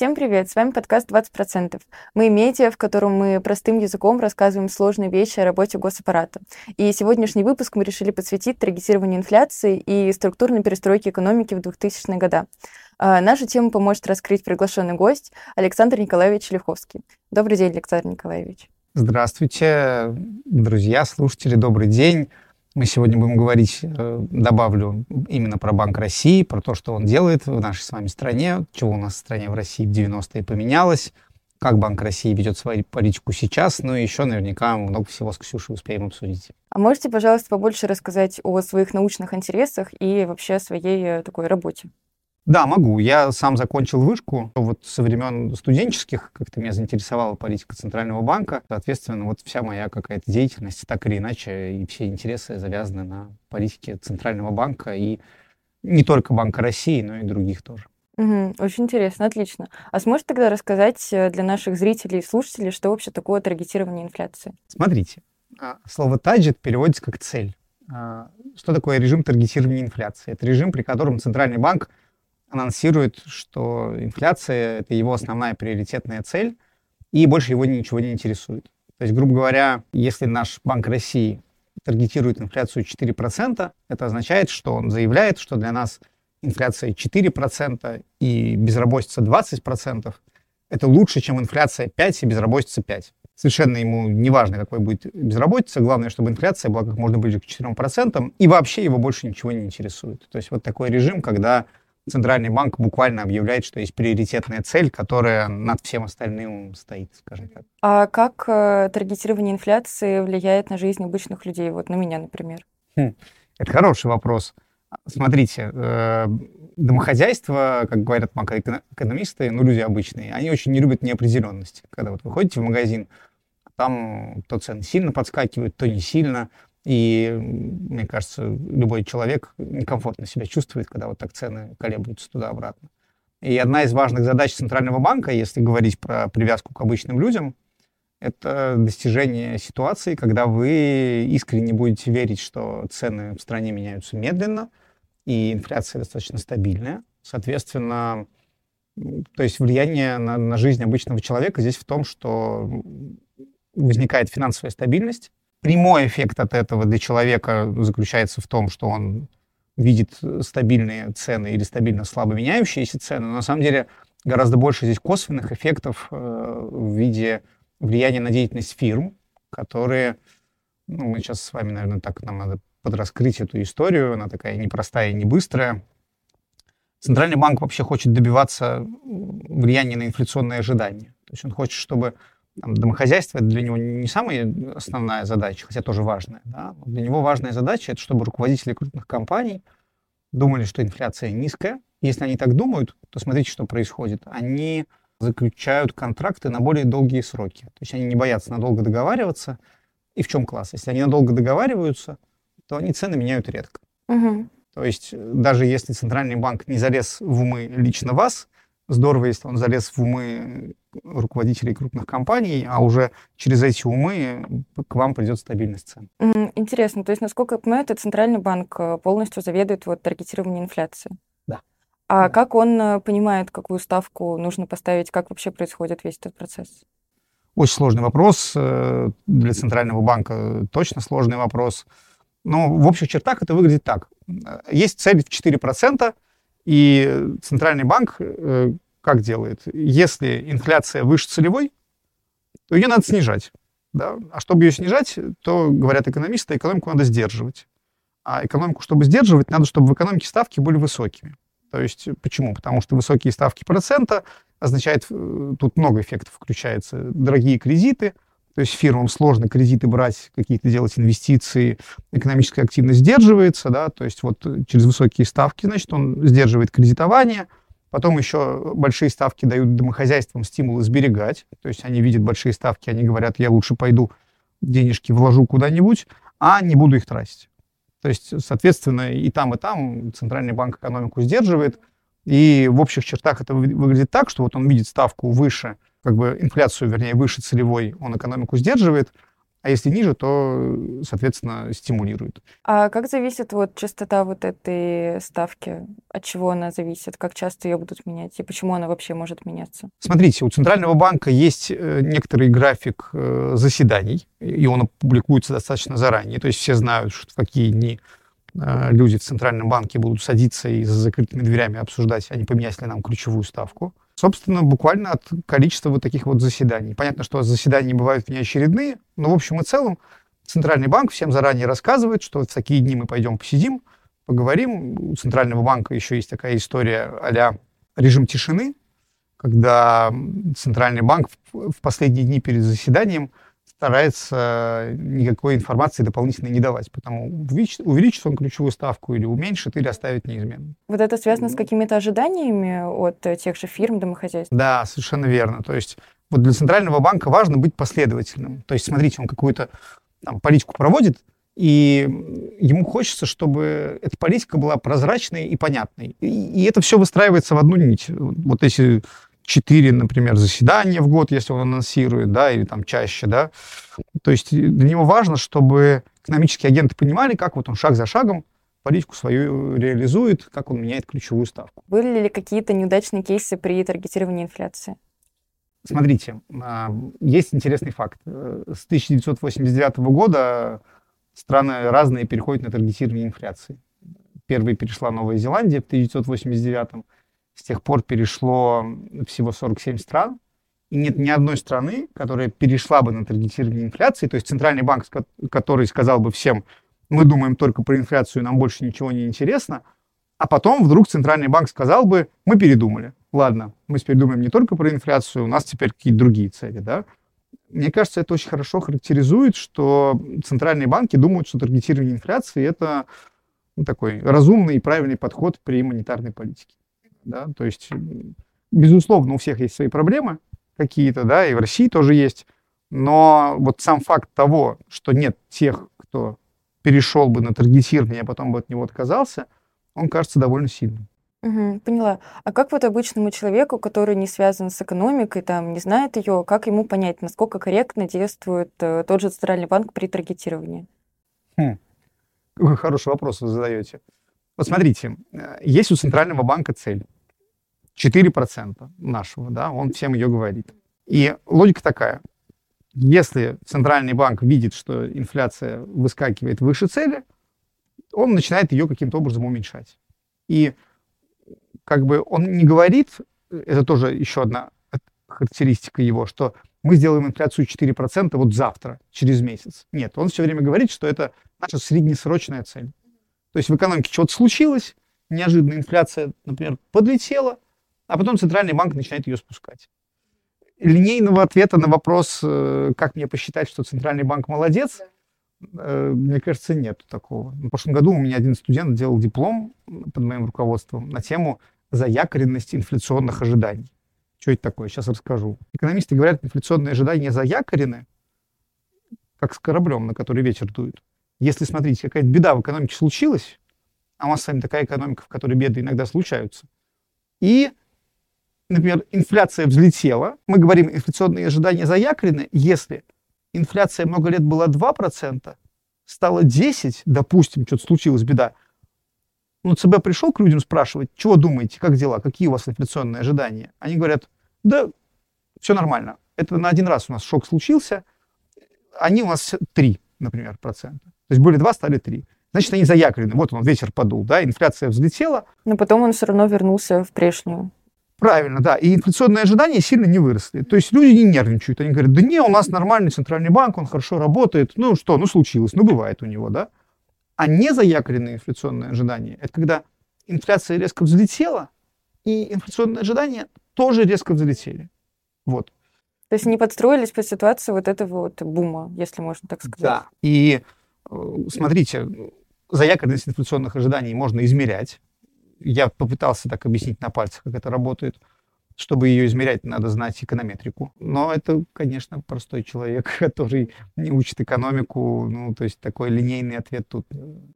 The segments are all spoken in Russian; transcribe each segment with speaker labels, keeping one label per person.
Speaker 1: Всем привет! С вами подкаст «20%». Мы медиа, в котором мы простым языком рассказываем сложные вещи о работе госаппарата. И сегодняшний выпуск мы решили посвятить таргетированию инфляции и структурной перестройке экономики в 2000-е годы. Нашу тему поможет раскрыть приглашенный гость Александр Николаевич Левковский. Добрый день, Александр Николаевич.
Speaker 2: Здравствуйте, друзья, слушатели, добрый день. Мы сегодня будем говорить, добавлю, именно про Банк России, про то, что он делает в нашей с вами стране, чего у нас в стране в России в 90-е поменялось, как Банк России ведет свою политику сейчас, ну и еще наверняка много всего с Ксюшей успеем обсудить.
Speaker 1: А можете, пожалуйста, побольше рассказать о своих научных интересах и вообще о своей такой работе?
Speaker 2: Да, могу. Я сам закончил вышку. Вот со времен студенческих как-то меня заинтересовала политика Центрального банка. Соответственно, вот вся моя какая-то деятельность, так или иначе, и все интересы завязаны на политике Центрального банка. И не только Банка России, но и других тоже.
Speaker 1: Очень интересно, отлично. А сможете тогда рассказать для наших зрителей и слушателей, что вообще такое таргетирование инфляции?
Speaker 2: Смотрите, слово «таджет» переводится как «цель». Что такое режим таргетирования инфляции? Это режим, при котором Центральный банк анонсирует, что инфляция — это его основная приоритетная цель, и больше его ничего не интересует. То есть, грубо говоря, если наш Банк России таргетирует инфляцию 4%, это означает, что он заявляет, что для нас инфляция 4% и безработица 20% — это лучше, чем инфляция 5% и безработица 5%. Совершенно ему не важно, какой будет безработица, главное, чтобы инфляция была как можно ближе к 4%, и вообще его больше ничего не интересует. То есть вот такой режим, когда Центральный банк буквально объявляет, что есть приоритетная цель, которая над всем остальным стоит, скажем так.
Speaker 1: А как таргетирование инфляции влияет на жизнь обычных людей? Вот на меня, например.
Speaker 2: Это хороший вопрос. Смотрите, домохозяйства, как говорят макроэкономисты, люди обычные, они очень не любят неопределенность. Когда вот вы ходите в магазин, там то цены сильно подскакивают, то не сильно. И, мне кажется, любой человек некомфортно себя чувствует, когда вот так цены колеблются туда-обратно. И одна из важных задач Центрального банка, если говорить про привязку к обычным людям, это достижение ситуации, когда вы искренне будете верить, что цены в стране меняются медленно, и инфляция достаточно стабильная. Соответственно, то есть влияние на жизнь обычного человека здесь в том, что возникает финансовая стабильность. Прямой эффект от этого для человека заключается в том, что он видит стабильные цены или стабильно слабо меняющиеся цены. Но на самом деле гораздо больше здесь косвенных эффектов в виде влияния на деятельность фирм, которые, мы сейчас с вами, наверное, нам надо подраскрыть эту историю, она такая непростая и не быстрая. Центральный банк вообще хочет добиваться влияния на инфляционные ожидания. То есть он хочет, чтобы домохозяйство — это для него не самая основная задача, хотя тоже важная. Да? Для него важная задача — это чтобы руководители крупных компаний думали, что инфляция низкая. Если они так думают, то смотрите, что происходит. Они заключают контракты на более долгие сроки. То есть они не боятся надолго договариваться. И в чем класс? Если они надолго договариваются, то они цены меняют редко. То есть даже если Центральный банк не залез в умы лично вас, здорово, если он залез в умы руководителей крупных компаний, а уже через эти умы к вам придет стабильность цен.
Speaker 1: Интересно. То есть, насколько я понимаю, это Центральный банк полностью заведует таргетированием инфляции.
Speaker 2: Да.
Speaker 1: А как он понимает, какую ставку нужно поставить, как вообще происходит весь этот процесс?
Speaker 2: Очень сложный вопрос. Для Центрального банка точно сложный вопрос. Но в общих чертах это выглядит так. Есть цель в 4%, и Центральный банк как делает? Если инфляция выше целевой, то ее надо снижать. Да? А чтобы ее снижать, то, говорят экономисты, экономику надо сдерживать. А экономику, чтобы сдерживать, надо, чтобы в экономике ставки были высокими. То есть почему? Потому что высокие ставки процента означает, тут много эффектов включается, дорогие кредиты, то есть фирмам сложно кредиты брать, какие-то делать инвестиции, экономическая активность сдерживается, да, то есть вот через высокие ставки, значит, он сдерживает кредитование, потом еще большие ставки дают домохозяйствам стимулы сберегать, то есть они видят большие ставки, они говорят, я лучше пойду денежки вложу куда-нибудь, а не буду их тратить. То есть, соответственно, и там Центральный банк экономику сдерживает, и в общих чертах это выглядит так, что вот он видит ставку выше, инфляцию, вернее, выше целевой, он экономику сдерживает, а если ниже, то, соответственно, стимулирует.
Speaker 1: А как зависит вот частота вот этой ставки? От чего она зависит? Как часто ее будут менять? И почему она вообще может меняться?
Speaker 2: Смотрите, у Центрального банка есть некоторый график заседаний, и он публикуется достаточно заранее. То есть все знают, что в какие дни люди в Центральном банке будут садиться и за закрытыми дверями обсуждать, а не поменять ли нам ключевую ставку. Собственно, буквально от количества вот таких вот заседаний. Понятно, что заседания бывают внеочередные, но в общем и целом Центральный банк всем заранее рассказывает, что в такие дни мы пойдем посидим, поговорим. У Центрального банка еще есть такая история а-ля режим тишины, когда Центральный банк в последние дни перед заседанием старается никакой информации дополнительной не давать, потому увеличит он ключевую ставку или уменьшит, или оставит неизменной.
Speaker 1: Вот это связано с какими-то ожиданиями от тех же фирм, домохозяйств?
Speaker 2: Да, совершенно верно. То есть вот для Центрального банка важно быть последовательным. То есть, смотрите, он какую-то там политику проводит, и ему хочется, чтобы эта политика была прозрачной и понятной. И это все выстраивается в одну нить. Вот если 4, например, заседания в год, если он анонсирует, да, или там чаще, да. То есть для него важно, чтобы экономические агенты понимали, как вот он шаг за шагом политику свою реализует, как он меняет ключевую ставку.
Speaker 1: Были ли какие-то неудачные кейсы при таргетировании инфляции?
Speaker 2: Смотрите, есть интересный факт. С 1989 года страны разные переходят на таргетирование инфляции. Первой перешла Новая Зеландия в 1989. С тех пор перешло всего 47 стран. И нет ни одной страны, которая перешла бы на таргетирование инфляции. То есть Центральный банк, который сказал бы всем, мы думаем только про инфляцию, нам больше ничего не интересно. А потом вдруг Центральный банк сказал бы, мы передумали. Ладно, мы теперь думаем не только про инфляцию, у нас теперь какие-то другие цели, да? Мне кажется, это очень хорошо характеризует, что центральные банки думают, что таргетирование инфляции — это такой разумный и правильный подход при монетарной политике. Да? То есть, безусловно, у всех есть свои проблемы какие-то, да, и в России тоже есть, но вот сам факт того, что нет тех, кто перешел бы на таргетирование, а потом бы от него отказался, он кажется довольно сильным.
Speaker 1: Поняла. А как вот обычному человеку, который не связан с экономикой, там, не знает ее, как ему понять, насколько корректно действует тот же Центральный банк при таргетировании?
Speaker 2: Какой хороший вопрос вы задаете. Вот смотрите, есть у Центрального банка цель. 4% нашего, да, он всем ее говорит. И логика такая. Если Центральный банк видит, что инфляция выскакивает выше цели, он начинает ее каким-то образом уменьшать. И как бы он не говорит, это тоже еще одна характеристика его, что мы сделаем инфляцию 4% вот завтра, через месяц. Нет, он все время говорит, что это наша среднесрочная цель. То есть в экономике что-то случилось, неожиданно инфляция, например, подлетела, а потом Центральный банк начинает ее спускать. Линейного ответа на вопрос, как мне посчитать, что Центральный банк молодец, мне кажется, нет такого. В прошлом году у меня один студент делал диплом под моим руководством на тему заякоренность инфляционных ожиданий. Что это такое? Сейчас расскажу. Экономисты говорят, инфляционные ожидания заякорены, как с кораблем, на который ветер дует. Если, смотрите, какая-то беда в экономике случилась, а у нас с вами такая экономика, в которой беды иногда случаются, и, например, инфляция взлетела, мы говорим, инфляционные ожидания заякорены, если инфляция много лет была 2%, стало 10%, допустим, что-то случилось, беда, ну, ЦБ пришел к людям спрашивать, чего думаете, как дела, какие у вас инфляционные ожидания? Они говорят, да, все нормально. Это на один раз у нас шок случился, они у нас 3, например, процента. То есть были 2, стали 3. Значит, они заякорены. Вот он, ветер подул, да, инфляция взлетела.
Speaker 1: Но потом он все равно вернулся в прежнюю.
Speaker 2: Правильно, да. И инфляционные ожидания сильно не выросли. То есть люди не нервничают. Они говорят, да не, у нас нормальный центральный банк, он хорошо работает. Ну что, ну случилось, ну бывает у него, да. А не заякоренные инфляционные ожидания — это когда инфляция резко взлетела, и инфляционные ожидания тоже резко взлетели. Вот.
Speaker 1: То есть не подстроились под ситуацию вот этого вот бума, если можно так сказать.
Speaker 2: Да. И смотрите, заякоренность инфляционных ожиданий можно измерять. Я попытался так объяснить на пальцах, как это работает. Чтобы ее измерять, надо знать эконометрику. Но это, конечно, простой человек, который не учит экономику. Ну, то есть такой линейный ответ тут.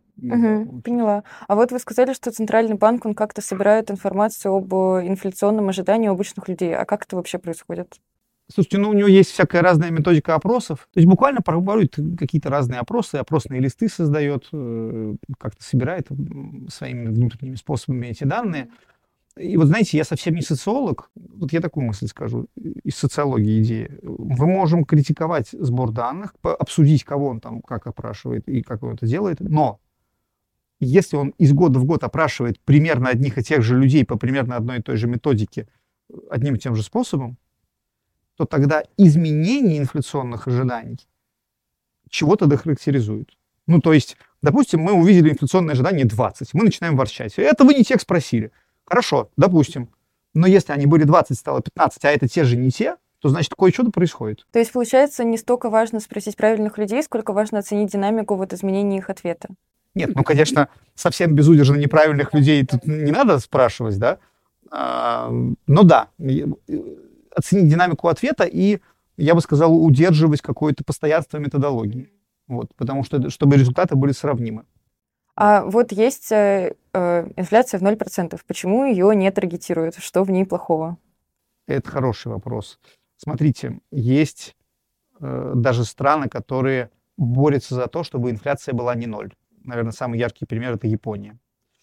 Speaker 1: Поняла. А вот вы сказали, что Центральный банк, он как-то собирает информацию об инфляционном ожидании у обычных людей. А как это вообще происходит?
Speaker 2: Слушайте, ну у него есть всякая разная методика опросов. То есть буквально пробует какие-то разные опросы, опросные листы создает, как-то собирает своими внутренними способами эти данные. И вот знаете, я совсем не социолог. Вот я такую мысль скажу из социологии идеи. Мы можем критиковать сбор данных, обсудить, кого он там как опрашивает и как он это делает, но если он из года в год опрашивает примерно одних и тех же людей по примерно одной и той же методике, одним и тем же способом, то тогда изменение инфляционных ожиданий чего-то дохарактеризует. Ну, то есть, допустим, мы увидели инфляционное ожидание 20, мы начинаем ворчать. Это вы не тех спросили. Хорошо, допустим. Но если они были 20, стало 15, а это те же не те, то значит кое-что происходит.
Speaker 1: То есть, получается, не столько важно спросить правильных людей, сколько важно оценить динамику вот изменения их ответа.
Speaker 2: Нет, ну, конечно, совсем безудержно неправильных людей тут не надо спрашивать, да? Но да, оценить динамику ответа и, я бы сказал, удерживать какое-то постоянство методологии. Вот, потому что, чтобы результаты были сравнимы.
Speaker 1: А вот есть инфляция в 0%. Почему ее не таргетируют? Что в ней плохого?
Speaker 2: Это хороший вопрос. Смотрите, есть даже страны, которые борются за то, чтобы инфляция была не ноль. Наверное, самый яркий пример — это Япония.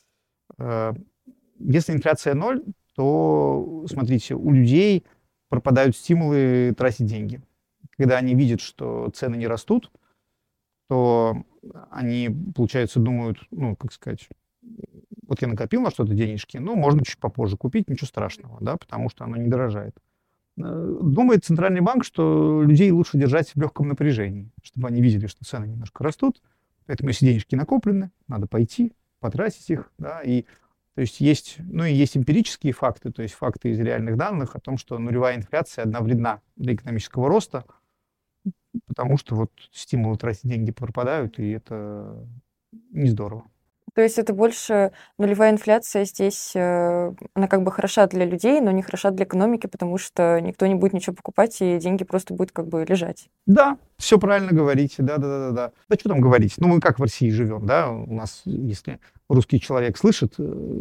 Speaker 2: Если инфляция ноль, то, смотрите, у людей пропадают стимулы тратить деньги. Когда они видят, что цены не растут, то они, получается, думают, ну, как сказать, вот я накопил на что-то денежки, ну, можно чуть попозже купить, ничего страшного, да, потому что оно не дорожает. Думает Центральный банк, что людей лучше держать в легком напряжении, чтобы они видели, что цены немножко растут, поэтому если денежки накоплены, надо пойти, потратить их, да, и то есть есть, ну, и есть эмпирические факты, то есть факты из реальных данных о том, что нулевая инфляция одна вредна для экономического роста, потому что вот стимулы тратить деньги пропадают, и это не здорово.
Speaker 1: То есть это больше нулевая инфляция здесь, она как бы хороша для людей, но не хороша для экономики, потому что никто не будет ничего покупать, и деньги просто будут как бы лежать.
Speaker 2: Да, все правильно говорите, да. Да что там говорить? Ну, мы как в России живем, да? У нас, если русский человек слышит,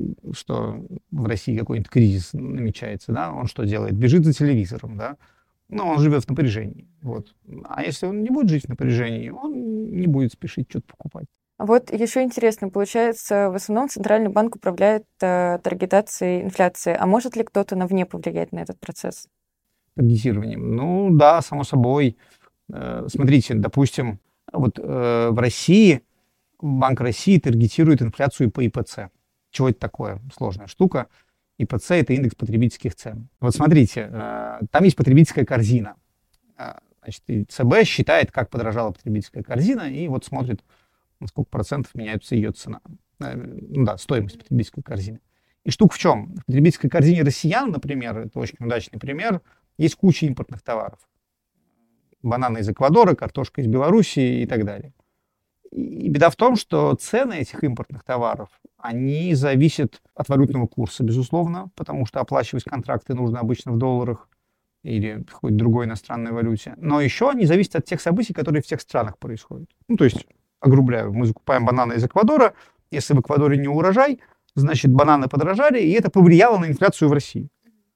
Speaker 2: что в России какой-нибудь кризис намечается, да, он что делает? Бежит за телевизором, да? Ну, он живет в напряжении, вот. А если он не будет жить в напряжении, он не будет спешить что-то покупать.
Speaker 1: Вот еще интересно, получается, в основном Центральный банк управляет таргетацией инфляции. А может ли кто-то навне повлиять на этот процесс?
Speaker 2: Таргетированием? Ну, да, само собой. Смотрите, допустим, вот в России Банк России таргетирует инфляцию по ИПЦ. Чего это такое? Сложная штука. ИПЦ — это индекс потребительских цен. Вот смотрите, там есть потребительская корзина. Значит, и ЦБ считает, как подорожала потребительская корзина, и вот смотрит, на сколько процентов меняется ее цена. Ну да, стоимость потребительской корзины. И штука в чем? В потребительской корзине россиян, например, это очень удачный пример, есть куча импортных товаров. Бананы из Эквадора, картошка из Белоруссии и так далее. И беда в том, что цены этих импортных товаров, они зависят от валютного курса, безусловно, потому что оплачивать контракты нужно обычно в долларах или в какой-то другой иностранной валюте. Но еще они зависят от тех событий, которые в тех странах происходят. Ну, то есть, огрубляю, мы закупаем бананы из Эквадора, если в Эквадоре не урожай, значит, бананы подорожали, и это повлияло на инфляцию в России.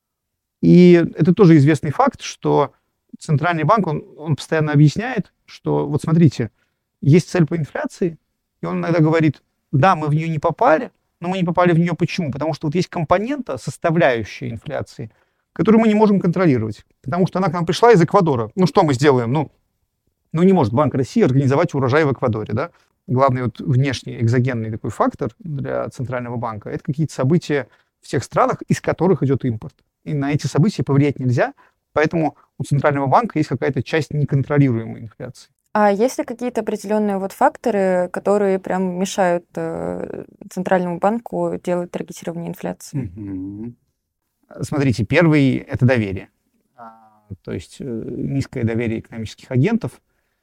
Speaker 2: И это тоже известный факт, что Центральный банк, он постоянно объясняет, что, вот смотрите, есть цель по инфляции, и он иногда говорит, да, мы в нее не попали, но мы не попали в нее почему? Потому что вот есть компонента, составляющая инфляции, которую мы не можем контролировать, потому что она к нам пришла из Эквадора. Ну, что мы сделаем? Ну, не может Банк России организовать урожай в Эквадоре, да? Главный вот внешний экзогенный такой фактор для Центрального банка — это какие-то события в тех странах, из которых идет импорт. И на эти события повлиять нельзя, поэтому у Центрального банка есть какая-то часть неконтролируемой инфляции.
Speaker 1: А есть ли какие-то определенные вот факторы, которые прям мешают Центральному банку делать таргетирование инфляции?
Speaker 2: Смотрите, первый — это доверие. То есть низкое доверие экономических агентов,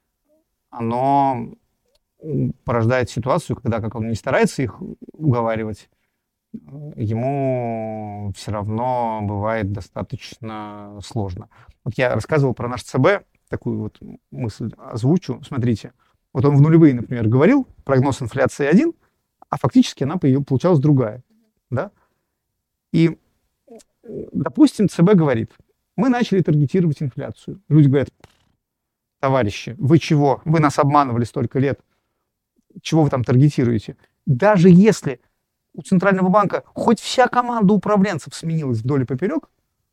Speaker 2: оно порождает ситуацию, когда, как он не старается их уговаривать, ему все равно бывает достаточно сложно. Вот я рассказывал про наш ЦБ, такую вот мысль озвучу. Смотрите, вот он в нулевые, например, говорил, прогноз инфляции 1, а фактически она получалась другая. Да? И, допустим, ЦБ говорит, Мы начали таргетировать инфляцию. Люди говорят: товарищи, вы чего? Вы нас обманывали столько лет. Чего вы там таргетируете? Даже если у Центрального банка хоть вся команда управленцев сменилась вдоль и поперек,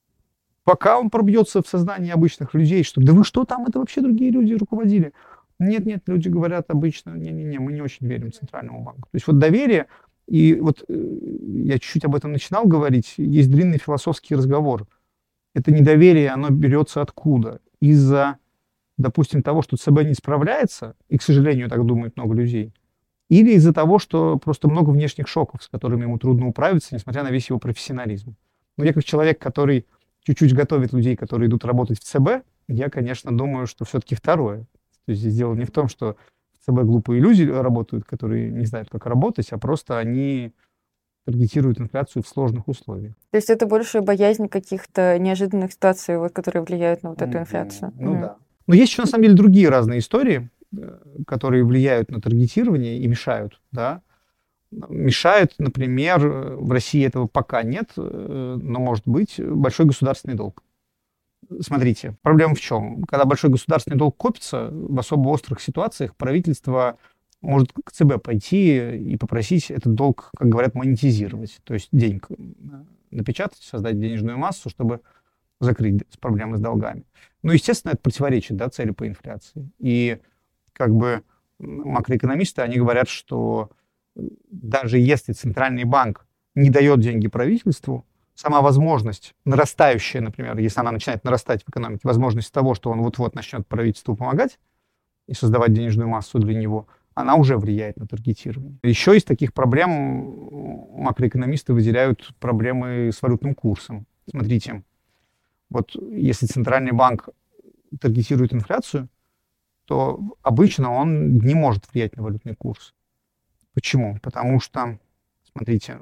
Speaker 2: пока он пробьется в сознании обычных людей, что да вы что там, это вообще другие люди руководили. Нет, люди говорят обычно: не-не-не, мы не очень верим Центральному банку. То есть вот доверие, и вот я чуть-чуть об этом начинал говорить, есть длинный философский разговор. Это недоверие, оно берется откуда? Из-за, допустим, того, что ЦБ не справляется, и, к сожалению, так думает много людей, или из-за того, что просто много внешних шоков, с которыми ему трудно управиться, несмотря на весь его профессионализм. Но я как человек, который чуть-чуть готовит людей, которые идут работать в ЦБ, я, конечно, думаю, что все-таки второе. То есть здесь дело не в том, что в ЦБ глупые люди работают, которые не знают, как работать, а просто они таргетируют инфляцию в сложных условиях.
Speaker 1: То есть это больше боязнь каких-то неожиданных ситуаций, вот, которые влияют на вот эту инфляцию.
Speaker 2: Ну да. Но есть еще, на самом деле, другие разные истории, которые влияют на таргетирование и мешают, да. Мешает, например, в России этого пока нет, но может быть большой государственный долг. Смотрите, проблема в чем? Когда большой государственный долг копится, в особо острых ситуациях правительство может к ЦБ пойти и попросить этот долг, как говорят, монетизировать. То есть денег напечатать, создать денежную массу, чтобы закрыть проблемы с долгами. Ну, естественно, это противоречит, да, цели по инфляции. И как бы макроэкономисты, они говорят, что даже если Центральный банк не дает деньги правительству, сама возможность нарастающая, например, если она начинает нарастать в экономике, возможность того, что он вот-вот начнет правительству помогать и создавать денежную массу для него, она уже влияет на таргетирование. Еще из таких проблем макроэкономисты выделяют проблемы с валютным курсом. Смотрите, вот если Центральный банк таргетирует инфляцию, то обычно он не может влиять на валютный курс. Почему? Потому что, смотрите,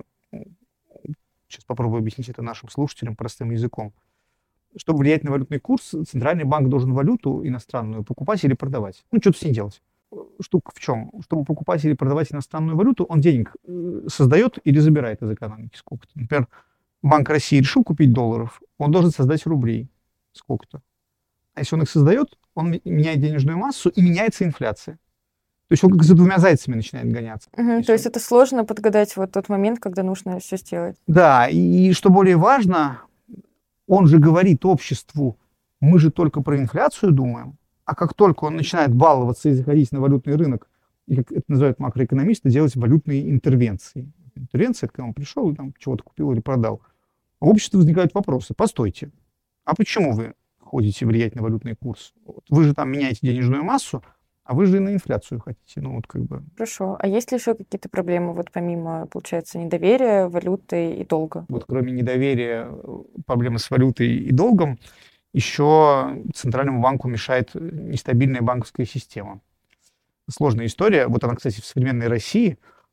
Speaker 2: сейчас попробую объяснить это нашим слушателям простым языком. Чтобы влиять на валютный курс, Центральный банк должен валюту иностранную покупать или продавать. Ну, что-то с ней делать. Штука в чем? Чтобы покупать или продавать иностранную валюту, он денег создает или забирает из экономики сколько-то. Например, Банк России решил купить долларов, он должен создать рублей сколько-то. А если он их создает, он меняет денежную массу и меняется инфляция. То есть он как за двумя зайцами начинает гоняться.
Speaker 1: То есть это сложно подгадать вот тот момент, когда нужно все сделать.
Speaker 2: Да, и что более важно, он же говорит обществу: мы же только про инфляцию думаем, а как только он начинает баловаться и заходить на валютный рынок, и, как это называют макроэкономисты, делать валютные интервенции. Интервенция — это когда он пришел и там чего-то купил или продал. У общества возникают вопросы: постойте, а почему вы ходите влиять на валютный курс? Вот вы же там меняете денежную массу, а вы же и на инфляцию хотите. Ну, вот как бы.
Speaker 1: Хорошо. А есть ли еще какие-то проблемы, вот помимо, получается, недоверия, валюты и долга?
Speaker 2: Вот кроме недоверия, проблемы с валютой и долгом, еще Центральному банку мешает нестабильная банковская система. Сложная история. Вот она, кстати, в современной России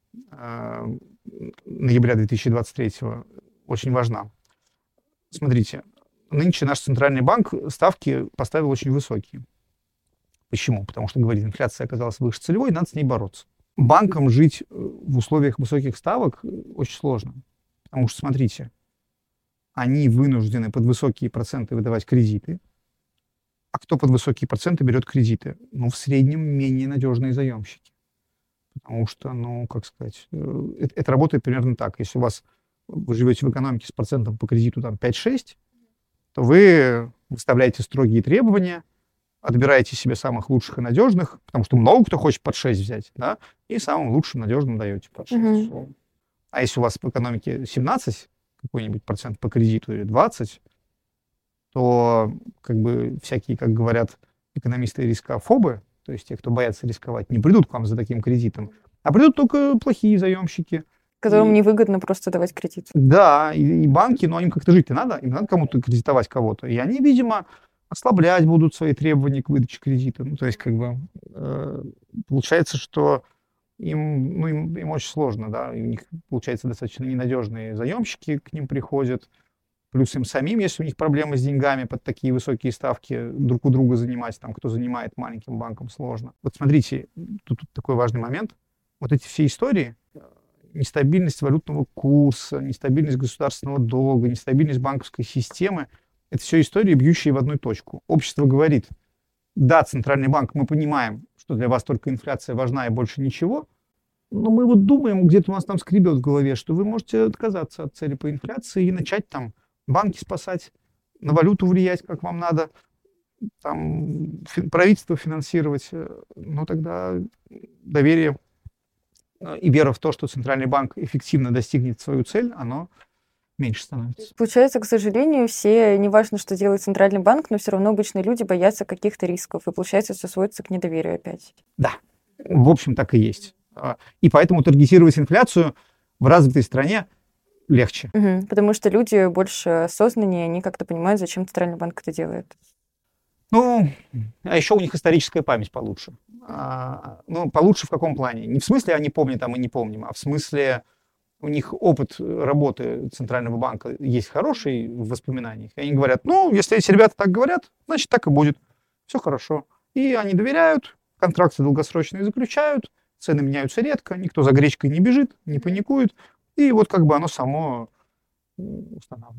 Speaker 2: ноября 2023 очень важна. Смотрите, нынче наш Центральный банк ставки поставил очень высокие. Почему? Потому что, говорит, инфляция оказалась выше целевой, надо с ней бороться. Банкам жить в условиях высоких ставок очень сложно. Потому что, смотрите, они вынуждены под высокие проценты выдавать кредиты. А кто под высокие проценты берет кредиты? Ну, в среднем менее надежные заемщики. Потому что, ну, как сказать, это работает примерно так. Если вы живете в экономике с процентом по кредиту там 5-6, то вы выставляете строгие требования, отбираете себе самых лучших и надежных, потому что много кто хочет под 6 взять, да, и самым лучшим надежным даете под 6. А если у вас в экономике 17 какой-нибудь процент по кредиту или 20, то как бы всякие, как говорят экономисты, рискофобы, то есть те, кто боятся рисковать, не придут к вам за таким кредитом, а придут только плохие заемщики.
Speaker 1: Которым невыгодно просто давать кредит.
Speaker 2: Да, и банки, но им как-то жить-то надо, им надо кому-то кредитовать кого-то. И они, видимо, ослаблять будут свои требования к выдаче кредита. Ну, то есть, как бы, получается, что им очень сложно, да, и у них, получается, достаточно ненадежные заемщики к ним приходят, плюс им самим, если у них проблемы с деньгами под такие высокие ставки, друг у друга занимать, там, кто занимает маленьким банкам, сложно. Вот смотрите, тут такой важный момент. Вот эти все истории, нестабильность валютного курса, нестабильность государственного долга, нестабильность банковской системы, Это все истории, бьющие в одну точку. Общество говорит, да, Центральный банк, мы понимаем, что для вас только инфляция важна и больше ничего, но мы вот думаем, где-то у нас там скребет в голове, что вы можете отказаться от цели по инфляции и начать там банки спасать, на валюту влиять, как вам надо, там правительство финансировать. Ну тогда доверие и вера в то, что Центральный банк эффективно достигнет свою цель, оно меньше становится.
Speaker 1: Получается, к сожалению, все, неважно, что делает Центральный банк, но все равно обычные люди боятся каких-то рисков, и получается, все сводится к недоверию опять.
Speaker 2: Да, в общем, так и есть. И поэтому таргетировать инфляцию в развитой стране легче.
Speaker 1: Потому что люди больше осознаннее, они как-то понимают, зачем Центральный банк это делает.
Speaker 2: Ну, а еще у них историческая память получше. Ну, получше в каком плане? Не в смысле они помнят, а мы не помним, а в смысле у них опыт работы Центрального банка есть хороший в воспоминаниях. И они говорят, ну, если эти ребята так говорят, значит, так и будет. Все хорошо. И они доверяют, контракты долгосрочные заключают, цены меняются редко, никто за гречкой не бежит, не паникует. И вот как бы оно само устанавливает.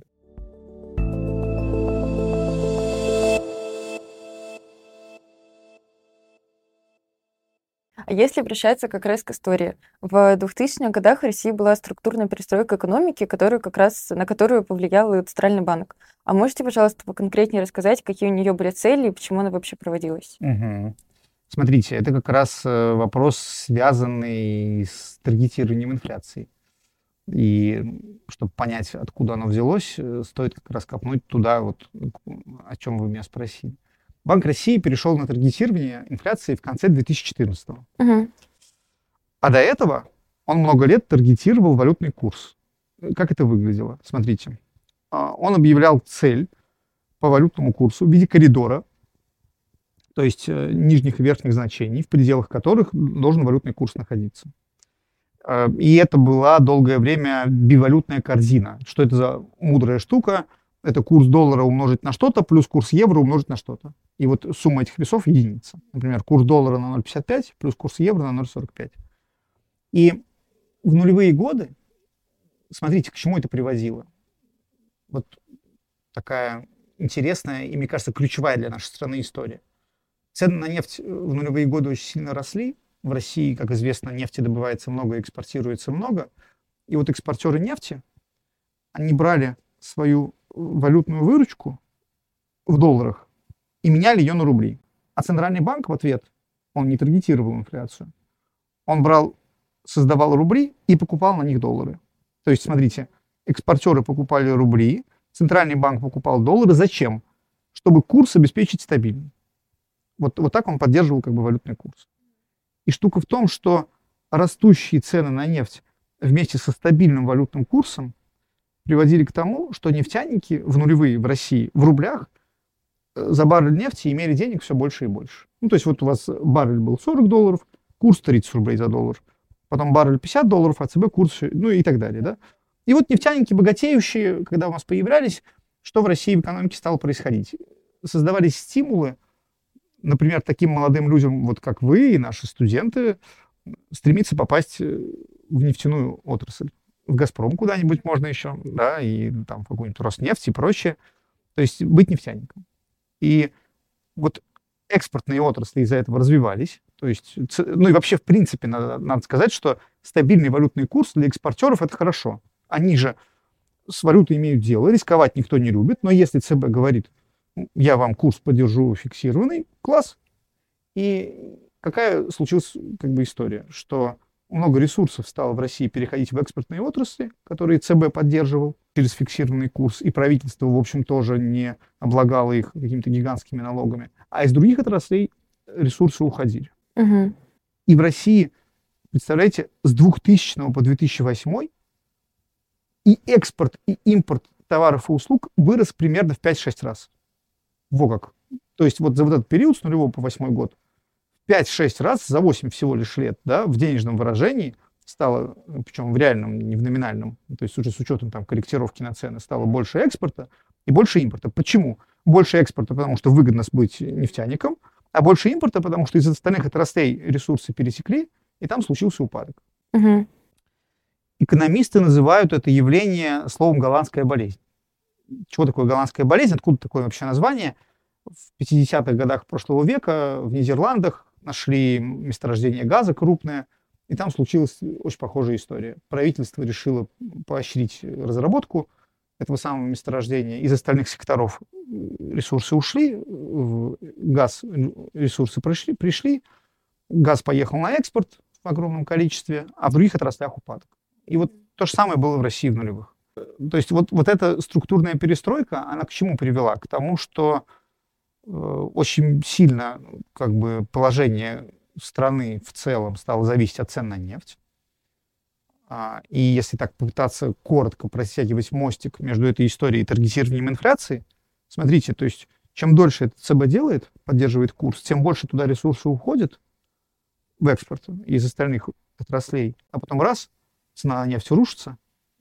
Speaker 1: А если обращаться как раз к истории, в 2000-х годах в России была структурная перестройка экономики, на которую повлиял и Центральный банк. А можете, пожалуйста, поконкретнее рассказать, какие у нее были цели и почему она вообще проводилась?
Speaker 2: Смотрите, это как раз вопрос, связанный с таргетированием инфляции. И чтобы понять, откуда оно взялось, стоит как раз копнуть туда, вот, о чем вы меня спросили. Банк России перешел на таргетирование инфляции в конце 2014-го. А до этого он много лет таргетировал валютный курс. Как это выглядело? Смотрите. Он объявлял цель по валютному курсу в виде коридора, то есть нижних и верхних значений, в пределах которых должен валютный курс находиться. И это была долгое время бивалютная корзина. Что это за мудрая штука? Это курс доллара умножить на что-то, плюс курс евро умножить на что-то. И вот сумма этих весов единица. Например, курс доллара на 0,55 плюс курс евро на 0,45. И в нулевые годы, смотрите, к чему это приводило. Вот такая интересная и, мне кажется, ключевая для нашей страны история. Цены на нефть в нулевые годы очень сильно росли. В России, как известно, нефти добывается много, экспортируется много. И вот экспортеры нефти, они брали свою валютную выручку в долларах и меняли ее на рубли. А Центральный банк в ответ, он не таргетировал инфляцию. Он создавал рубли и покупал на них доллары. То есть, смотрите, экспортеры покупали рубли, Центральный банк покупал доллары. Зачем? Чтобы курс обеспечить стабильным. Вот так он поддерживал как бы валютный курс. И штука в том, что растущие цены на нефть вместе со стабильным валютным курсом приводили к тому, что нефтяники в нулевые в России в рублях за баррель нефти имели денег все больше и больше. Ну, то есть вот у вас баррель был $40, курс 30 рублей за доллар. Потом баррель $50, а ЦБ курс, ну и так далее. Да? И вот нефтяники богатеющие, когда у нас появлялись, что в России в экономике стало происходить? Создавались стимулы, например, таким молодым людям, вот как вы и наши студенты, стремиться попасть в нефтяную отрасль. В «Газпром» куда-нибудь можно еще, да, и там в какую-нибудь «Роснефть» и прочее. То есть быть нефтяником. И вот экспортные отрасли из-за этого развивались. То есть, ну и вообще, в принципе, надо сказать, что стабильный валютный курс для экспортеров — это хорошо. Они же с валютой имеют дело, рисковать никто не любит, но если ЦБ говорит, я вам курс поддержу фиксированный, класс. И какая случилась как бы история, что много ресурсов стало в России переходить в экспортные отрасли, которые ЦБ поддерживал через фиксированный курс, и правительство, в общем, тоже не облагало их какими-то гигантскими налогами. А из других отраслей ресурсы уходили. И в России, представляете, с 2000 по 2008 и экспорт, и импорт товаров и услуг вырос примерно в 5-6 раз. Во как. То есть вот за вот этот период с 0 по 8 год 5-6 раз за 8 всего лишь лет, да, в денежном выражении стало, причем в реальном, не в номинальном, то есть уже с учетом там корректировки на цены, стало больше экспорта и больше импорта. Почему? Больше экспорта, потому что выгодно быть нефтяником, а больше импорта, потому что из остальных отраслей ресурсы пересекли, и там случился упадок. Экономисты называют это явление словом «голландская болезнь». чего такое голландская болезнь, откуда такое вообще название. В 50-х годах прошлого века в Нидерландах нашли месторождение газа крупное, и там случилась очень похожая история. Правительство решило поощрить разработку этого самого месторождения. Из остальных секторов ресурсы ушли, в газ ресурсы пришли, газ поехал на экспорт в огромном количестве, а в других отраслях упадок. И вот то же самое было в России в нулевых. То есть вот эта структурная перестройка, она к чему привела? К тому, что очень сильно как бы положение страны в целом стало зависеть от цен на нефть. И если так попытаться коротко протягивать мостик между этой историей и таргетированием инфляции, смотрите, то есть чем дольше это ЦБ делает, поддерживает курс, тем больше туда ресурсы уходят в экспорт из остальных отраслей, а потом раз, цена на нефть рушится,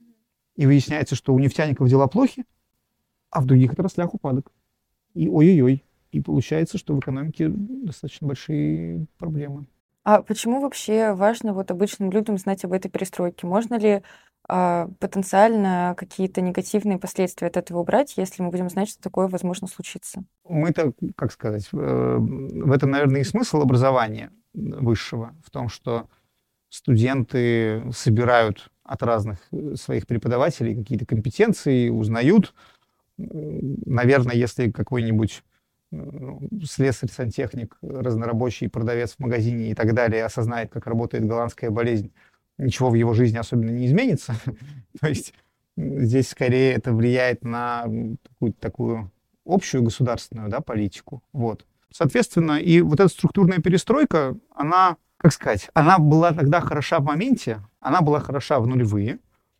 Speaker 2: и выясняется, что у нефтяников дела плохи, а в других отраслях упадок. И ой-ой-ой. И получается, что в экономике достаточно большие проблемы.
Speaker 1: А почему вообще важно вот обычным людям знать об этой перестройке? Можно ли потенциально какие-то негативные последствия от этого убрать, если мы будем знать, что такое возможно случиться?
Speaker 2: Мы-то, как сказать, в этом, наверное, и смысл образования высшего, в том, что студенты собирают от разных своих преподавателей какие-то компетенции, узнают. Наверное, если какой-нибудь слесарь, сантехник, разнорабочий, продавец в магазине и так далее осознает, как работает голландская болезнь, ничего в его жизни особенно не изменится. То есть здесь скорее это влияет на какую-то такую общую государственную, да, политику. Вот. Соответственно, и вот эта структурная перестройка, она, как сказать, она была тогда хороша в моменте, она была хороша в нулевые.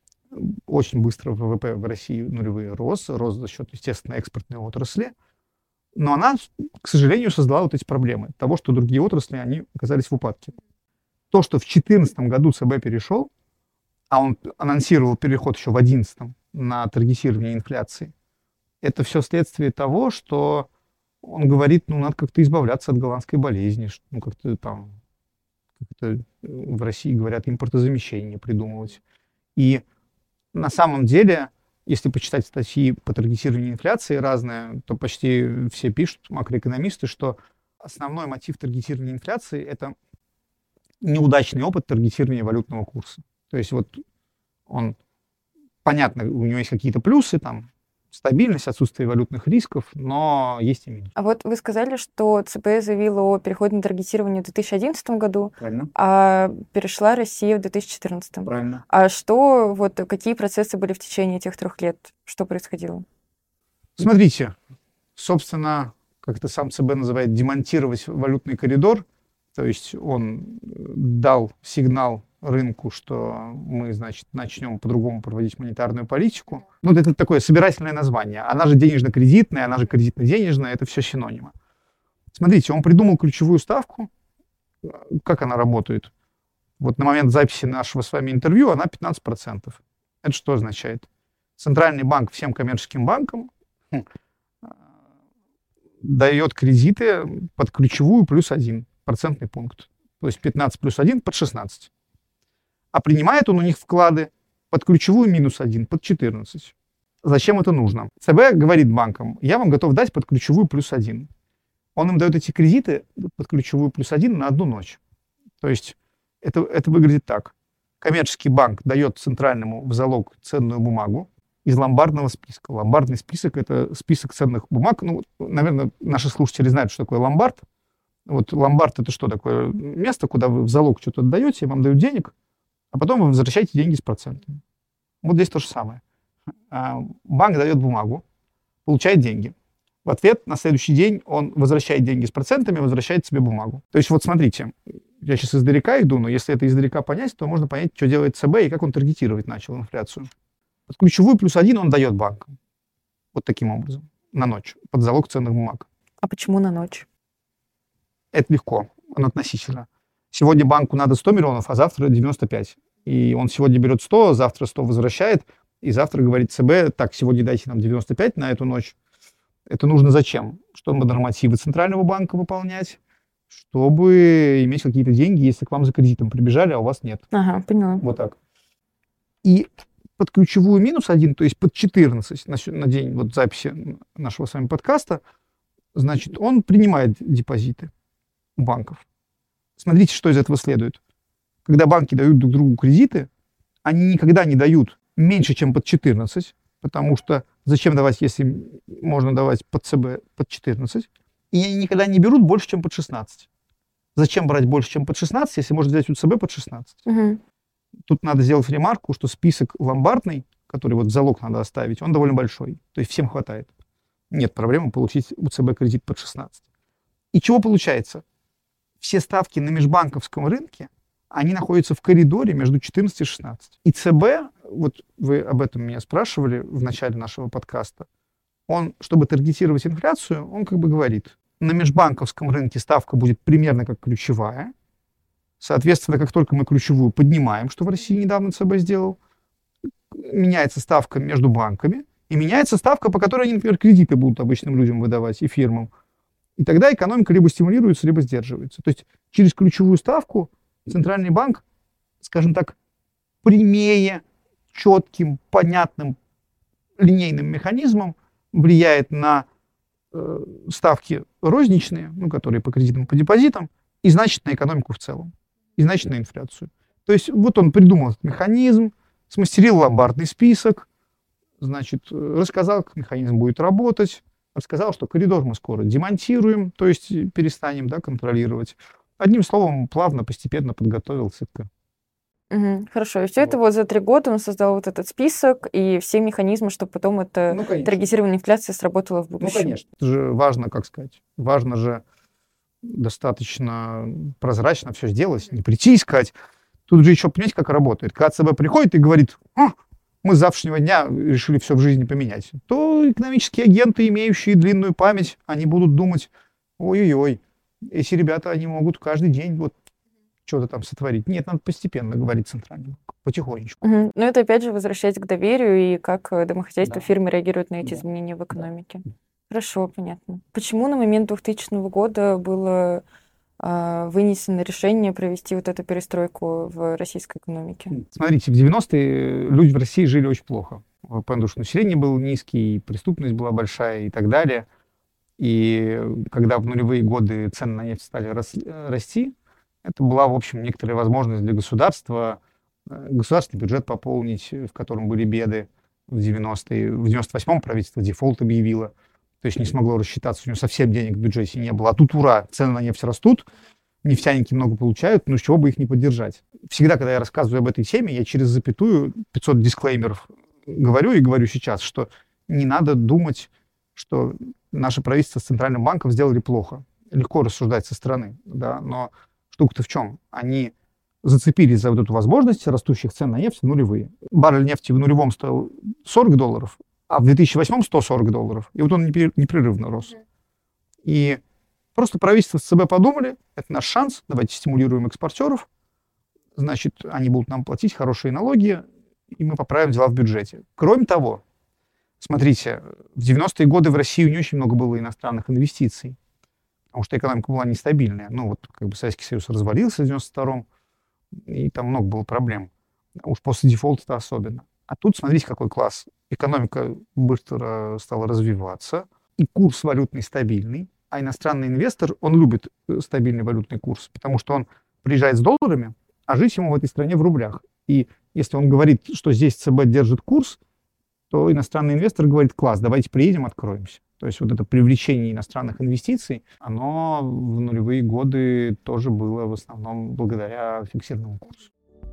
Speaker 2: Очень быстро ВВП в России нулевые рос за счет, естественно, экспортной отрасли. Но она, к сожалению, создала вот эти проблемы того, что другие отрасли, они оказались в упадке. То, что в 2014 году ЦБ перешел, а он анонсировал переход еще в 2011 на таргетирование инфляции, это все следствие того, что он говорит, ну, надо как-то избавляться от голландской болезни, ну, как-то там, как-то в России говорят, импортозамещение придумывать. И на самом деле, если почитать статьи по таргетированию инфляции разные, то почти все пишут, макроэкономисты, что основной мотив таргетирования инфляции — это неудачный опыт таргетирования валютного курса. То есть вот он, понятно, у него есть какие-то плюсы, там, стабильность, отсутствие валютных рисков, но есть и минусы.
Speaker 1: А вот вы сказали, что ЦБ заявила о переходе на таргетирование в 2011 году,
Speaker 2: Правильно.
Speaker 1: а перешла Россия в 2014.
Speaker 2: Правильно.
Speaker 1: А что, вот какие процессы были в течение этих 3 лет? Что происходило?
Speaker 2: Смотрите, собственно, как это сам ЦБ называет, демонтировать валютный коридор, то есть он дал сигнал рынку, что мы, значит, начнем по-другому проводить монетарную политику. Ну, это такое собирательное название. Она же денежно-кредитная, она же кредитно-денежная, это все синонимы. Смотрите, он придумал ключевую ставку. Как она работает? Вот на момент записи нашего с вами интервью она 15%. Это что означает? Центральный банк всем коммерческим банкам дает кредиты под ключевую плюс 1 процентный пункт. То есть 15 плюс 1 под 16. А принимает он у них вклады под ключевую минус 1, под 14. Зачем это нужно? ЦБ говорит банкам, я вам готов дать под ключевую плюс 1. Он им дает эти кредиты под ключевую плюс 1 на одну ночь. То есть это выглядит так. Коммерческий банк дает центральному в залог ценную бумагу из ломбардного списка. Ломбардный список — это список ценных бумаг. Ну, наверное, наши слушатели знают, что такое ломбард. Вот ломбард — это что такое? Место, куда вы в залог что-то отдаете, вам дают денег, а потом вы возвращаете деньги с процентами. Вот здесь то же самое. Банк дает бумагу, получает деньги. В ответ на следующий день он возвращает деньги с процентами, возвращает себе бумагу. То есть вот смотрите, я сейчас издалека иду, но если это издалека понять, то можно понять, что делает ЦБ и как он таргетировать начал инфляцию. Под ключевую плюс 1 он дает банкам. Вот таким образом. На ночь. Под залог ценных бумаг.
Speaker 1: А почему на ночь?
Speaker 2: Это легко. Он относительно. Сегодня банку надо 100 миллионов, а завтра 95. И он сегодня берет 100, завтра 100 возвращает, и завтра говорит ЦБ, так, сегодня дайте нам 95 на эту ночь. Это нужно зачем? Чтобы нормативы Центрального банка выполнять, чтобы иметь какие-то деньги, если к вам за кредитом прибежали, а у вас нет.
Speaker 1: Ага, поняла.
Speaker 2: Вот так. И под ключевую -1, то есть под 14 на день вот записи нашего с вами подкаста, значит, он принимает депозиты у банков. Смотрите, что из этого следует. Когда банки дают друг другу кредиты, они никогда не дают меньше, чем под 14, потому что зачем давать, если можно давать под ЦБ под 14, и они никогда не берут больше, чем под 16. Зачем брать больше, чем под 16, если можно взять у ЦБ под 16?
Speaker 1: Мгм.
Speaker 2: Тут надо сделать ремарку, что список ломбардный, который вот в залог надо оставить, он довольно большой. То есть всем хватает. Нет проблемы получить у ЦБ кредит под 16. И чего получается? Все ставки на межбанковском рынке, они находятся в коридоре между 14 и 16. И ЦБ, вот вы об этом меня спрашивали в начале нашего подкаста, он, чтобы таргетировать инфляцию, он как бы говорит, на межбанковском рынке ставка будет примерно как ключевая. Соответственно, как только мы ключевую поднимаем, что в России недавно ЦБ сделал, меняется ставка между банками, и меняется ставка, по которой они, например, кредиты будут обычным людям выдавать и фирмам. И тогда экономика либо стимулируется, либо сдерживается. То есть через ключевую ставку центральный банк, скажем так, прямее, четким, понятным, линейным механизмом влияет на ставки розничные, ну, которые по кредитам, по депозитам, и значит на экономику в целом, и значит на инфляцию. То есть вот он придумал этот механизм, смастерил ломбардный список, значит, рассказал, как механизм будет работать, рассказал, что коридор мы скоро демонтируем, то есть перестанем, да, контролировать. Одним словом, плавно, постепенно подготовился к...
Speaker 1: Мгм. Хорошо. И все это вот за 3 года он создал вот этот список и все механизмы, чтобы потом эта
Speaker 2: Ну, конечно.
Speaker 1: таргетированная инфляция сработала в
Speaker 2: Ну,
Speaker 1: будущем.
Speaker 2: конечно. Это же важно, как сказать, важно же достаточно прозрачно все сделать, не прийти и сказать. Тут же еще, понимаете, как работает. Когда ЦБ приходит и говорит, мы с завтрашнего дня решили все в жизни поменять, то экономические агенты, имеющие длинную память, они будут думать, ой-ой-ой, эти ребята, они могут каждый день вот что-то там сотворить. Нет, надо постепенно, говорить центральный банк, потихонечку.
Speaker 1: Мгм. Но это опять же возвращается к доверию и как домохозяйства,
Speaker 2: Да.
Speaker 1: фирмы реагируют на эти
Speaker 2: Да.
Speaker 1: изменения в экономике. Хорошо, понятно. Почему на момент 2000 года было вынесено решение провести вот эту перестройку в российской экономике?
Speaker 2: Смотрите, в 90-е люди в России жили очень плохо. ВВП на душу населения был низкий, преступность была большая и так далее. И когда в нулевые годы цены на нефть стали расти, это была, в общем, некоторая возможность для государства, государственный бюджет пополнить, в котором были беды в 90-е. В 98-м правительство дефолт объявило, то есть не смогло рассчитаться, у него совсем денег в бюджете не было. А тут ура, цены на нефть растут, нефтяники много получают, ну с чего бы их не поддержать. Всегда, когда я рассказываю об этой теме, я через запятую 500 дисклеймеров говорю и говорю сейчас, что не надо думать, что наше правительство с Центральным банком сделали плохо. Легко рассуждать со стороны, да, но штука-то в чем? Они зацепились за вот эту возможность растущих цен на нефть в нулевые. Баррель нефти в нулевом стоил $40, а в 2008 $140. И вот он непрерывно рос. И просто правительство с ЦБ подумали, это наш шанс, давайте стимулируем экспортеров, значит, они будут нам платить хорошие налоги, и мы поправим дела в бюджете. Кроме того, смотрите, в 90-е годы в Россию не очень много было иностранных инвестиций, потому что экономика была нестабильная. Ну, вот как бы Советский Союз развалился в 92-м, и там много было проблем. Уж после дефолта особенно. А тут, смотрите, какой класс. Экономика быстро стала развиваться, и курс валютный стабильный, а иностранный инвестор, он любит стабильный валютный курс, потому что он приезжает с долларами, а жить ему в этой стране в рублях. И если он говорит, что здесь ЦБ держит курс, то иностранный инвестор говорит, класс, давайте приедем, откроемся. То есть вот это привлечение иностранных инвестиций, оно в нулевые годы тоже было в основном благодаря фиксированному курсу.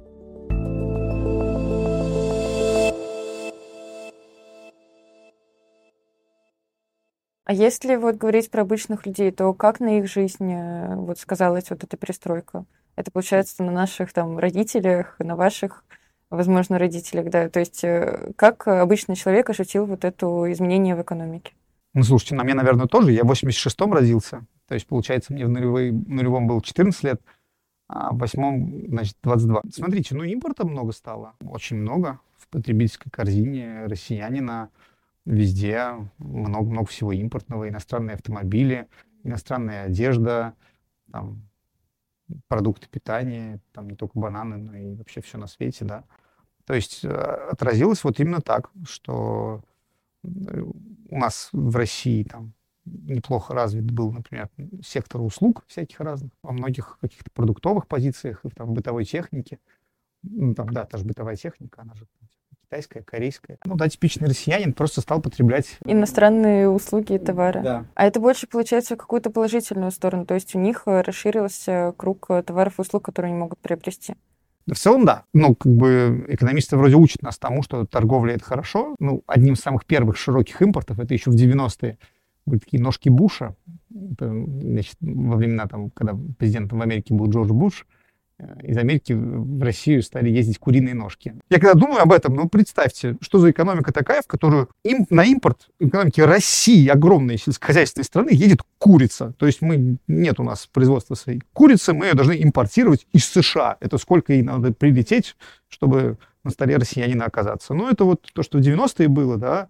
Speaker 1: А если вот говорить про обычных людей, то как на их жизнь вот сказалась вот эта перестройка? Это получается на наших там родителях, на ваших, возможно, родителях, да? То есть как обычный человек ощутил вот это изменение в экономике?
Speaker 2: Ну, слушайте, на мне, наверное, тоже. Я в 86-м родился. То есть, получается, мне в нулевом было 14 лет, а в 8-м, значит, 22. Смотрите, ну, импорта много стало. Очень много. В потребительской корзине россиянина везде много всего импортного. Иностранные автомобили, иностранная одежда, там, продукты питания, там не только бананы, но и вообще все на свете, да. То есть отразилось вот именно так, что у нас в России там неплохо развит был, например, сектор услуг всяких разных, во многих каких-то продуктовых позициях и там, в бытовой технике. Ну, там, да, та же бытовая техника, она же китайская, корейская. Ну да, типичный россиянин просто стал потреблять
Speaker 1: иностранные услуги и товары.
Speaker 2: Да.
Speaker 1: А это больше, получается, в какую-то положительную сторону. То есть у них расширился круг товаров и услуг, которые они могут приобрести.
Speaker 2: Да, в целом, да. Ну, как бы экономисты вроде учат нас тому, что торговля — это хорошо. Ну, одним из самых первых широких импортов, это еще в 90-е, были такие ножки Буша. Это, значит, во времена, там, когда президентом в Америке был Джордж Буш, из Америки в Россию стали ездить куриные ножки. Я когда думаю об этом, ну, представьте, что за экономика такая, в которую на импорт экономики России, огромной сельскохозяйственной страны, едет курица. То есть нет у нас производства своей курицы, мы ее должны импортировать из США. Это сколько ей надо прилететь, чтобы на столе россиянина оказаться. Ну, это вот то, что в 90-е было, да,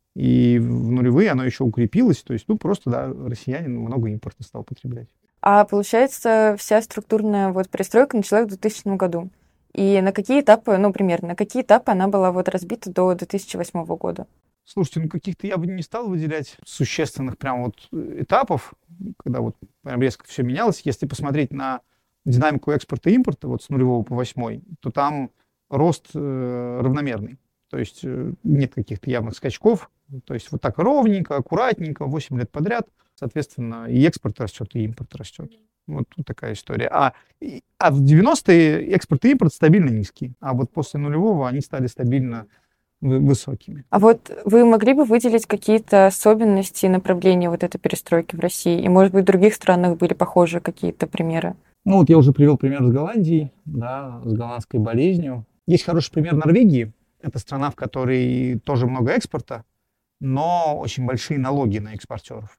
Speaker 2: и в нулевые оно еще укрепилось. То есть, ну, просто, да, россиянин много импорта стал потреблять.
Speaker 1: А получается, вся структурная вот перестройка началась в 2000 году. И на какие этапы, ну, примерно, на какие этапы она была вот разбита до 2008 года?
Speaker 2: Слушайте, ну каких-то я бы не стал выделять существенных прям вот этапов, когда вот прям резко все менялось. Если посмотреть на динамику экспорта и импорта вот с нулевого по 8, то там рост равномерный. То есть нет каких-то явных скачков. То есть вот так ровненько, аккуратненько, 8 лет подряд. Соответственно, и экспорт растет, и импорт растет. Вот такая история. А в 90-е экспорт и импорт стабильно низкие. А вот после нулевого они стали стабильно высокими.
Speaker 1: А вот вы могли бы выделить какие-то особенности и направления вот этой перестройки в России? И, может быть, в других странах были похожие какие-то примеры?
Speaker 2: Ну вот я уже привел пример с Голландией, да, с голландской болезнью. Есть хороший пример Норвегии. Это страна, в которой тоже много экспорта, но очень большие налоги на экспортеров.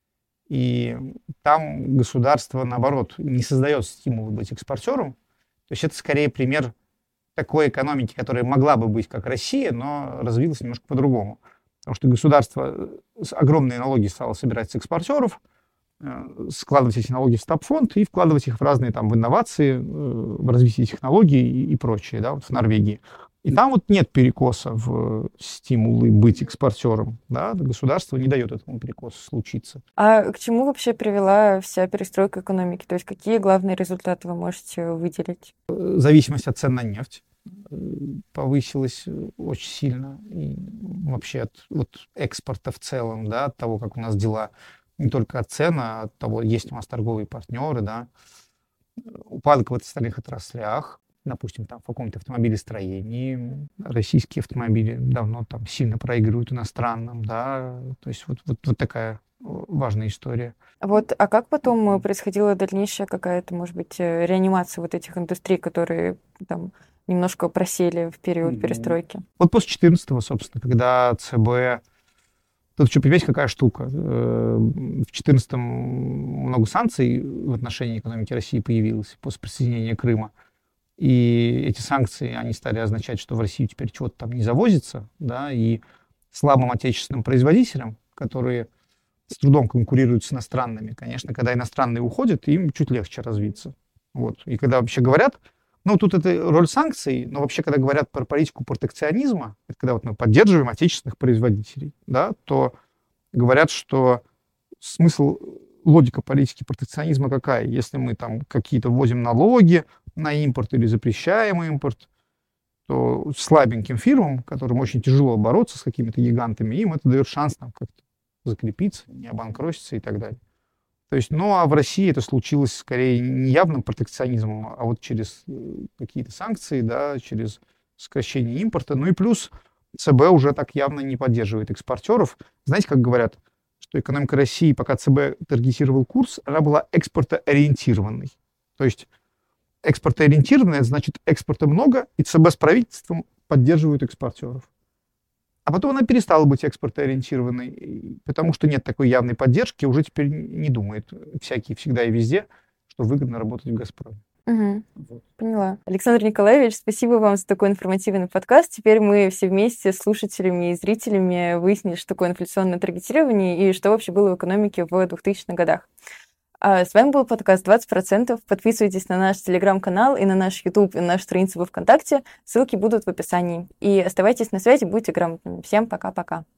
Speaker 2: И там государство, наоборот, не создает стимулы быть экспортером. То есть это скорее пример такой экономики, которая могла бы быть как Россия, но развилась немножко по-другому. Потому что государство огромные налоги стало собирать с экспортеров, складывать эти налоги в стабфонд и вкладывать их в разные там в инновации, в развитие технологий и прочее, да, вот в Норвегии. И там вот нет перекоса в стимулы быть экспортером. Да? Государство не дает этому перекосу случиться.
Speaker 1: А к чему вообще привела вся перестройка экономики? То есть какие главные результаты вы можете выделить?
Speaker 2: Зависимость от цен на нефть повысилась очень сильно. И вообще от экспорта в целом, да, от того, как у нас дела, не только от цен, а от того, есть у нас торговые партнеры, да. Упадок в остальных отраслях. Допустим, там в каком-то автомобилестроении российские автомобили давно там сильно проигрывают иностранным, да, то есть вот такая важная история.
Speaker 1: Вот, а как потом происходила дальнейшая какая-то, может быть, реанимация вот этих индустрий, которые там немножко просели в период перестройки?
Speaker 2: Вот после 14-го, собственно, когда ЦБ... Тут еще, понимаете, какая штука. В 14-м много санкций в отношении экономики России появилось после присоединения Крыма. И эти санкции, они стали означать, что в Россию теперь чего-то там не завозится, да, и слабым отечественным производителям, которые с трудом конкурируют с иностранными, конечно, когда иностранные уходят, им чуть легче развиться. Вот. И когда вообще говорят, ну, тут это роль санкций, но вообще, когда говорят про политику протекционизма, это когда вот мы поддерживаем отечественных производителей, да, то говорят, что смысл, логика политики протекционизма какая? Если мы там какие-то вводим налоги на импорт или запрещаем импорт, то слабеньким фирмам, которым очень тяжело бороться с какими-то гигантами, им это дает шанс там как-то закрепиться, не обанкротиться и так далее. То есть, ну а в России это случилось скорее не явным протекционизмом, а вот через какие-то санкции, да, через сокращение импорта. Ну и плюс ЦБ уже так явно не поддерживает экспортеров. Знаете, как говорят, что экономика России, пока ЦБ таргетировал курс, она была экспортоориентированной. То есть экспортоориентированная, значит, экспорта много, и ЦБ с правительством поддерживают экспортеров. А потом она перестала быть экспортоориентированной, потому что нет такой явной поддержки, уже теперь не думает всякие всегда и везде, что выгодно работать в «Газпроме».
Speaker 1: Угу. Вот. Поняла. Александр Николаевич, спасибо вам за такой информативный подкаст. Теперь мы все вместе с слушателями и зрителями выяснили, что такое инфляционное таргетирование и что вообще было в экономике в 2000-х годах. А с вами был подкаст «20%». Подписывайтесь на наш телеграм-канал и на наш YouTube, и на нашу страницу во ВКонтакте. Ссылки будут в описании. И оставайтесь на связи, будьте грамотными. Всем пока-пока.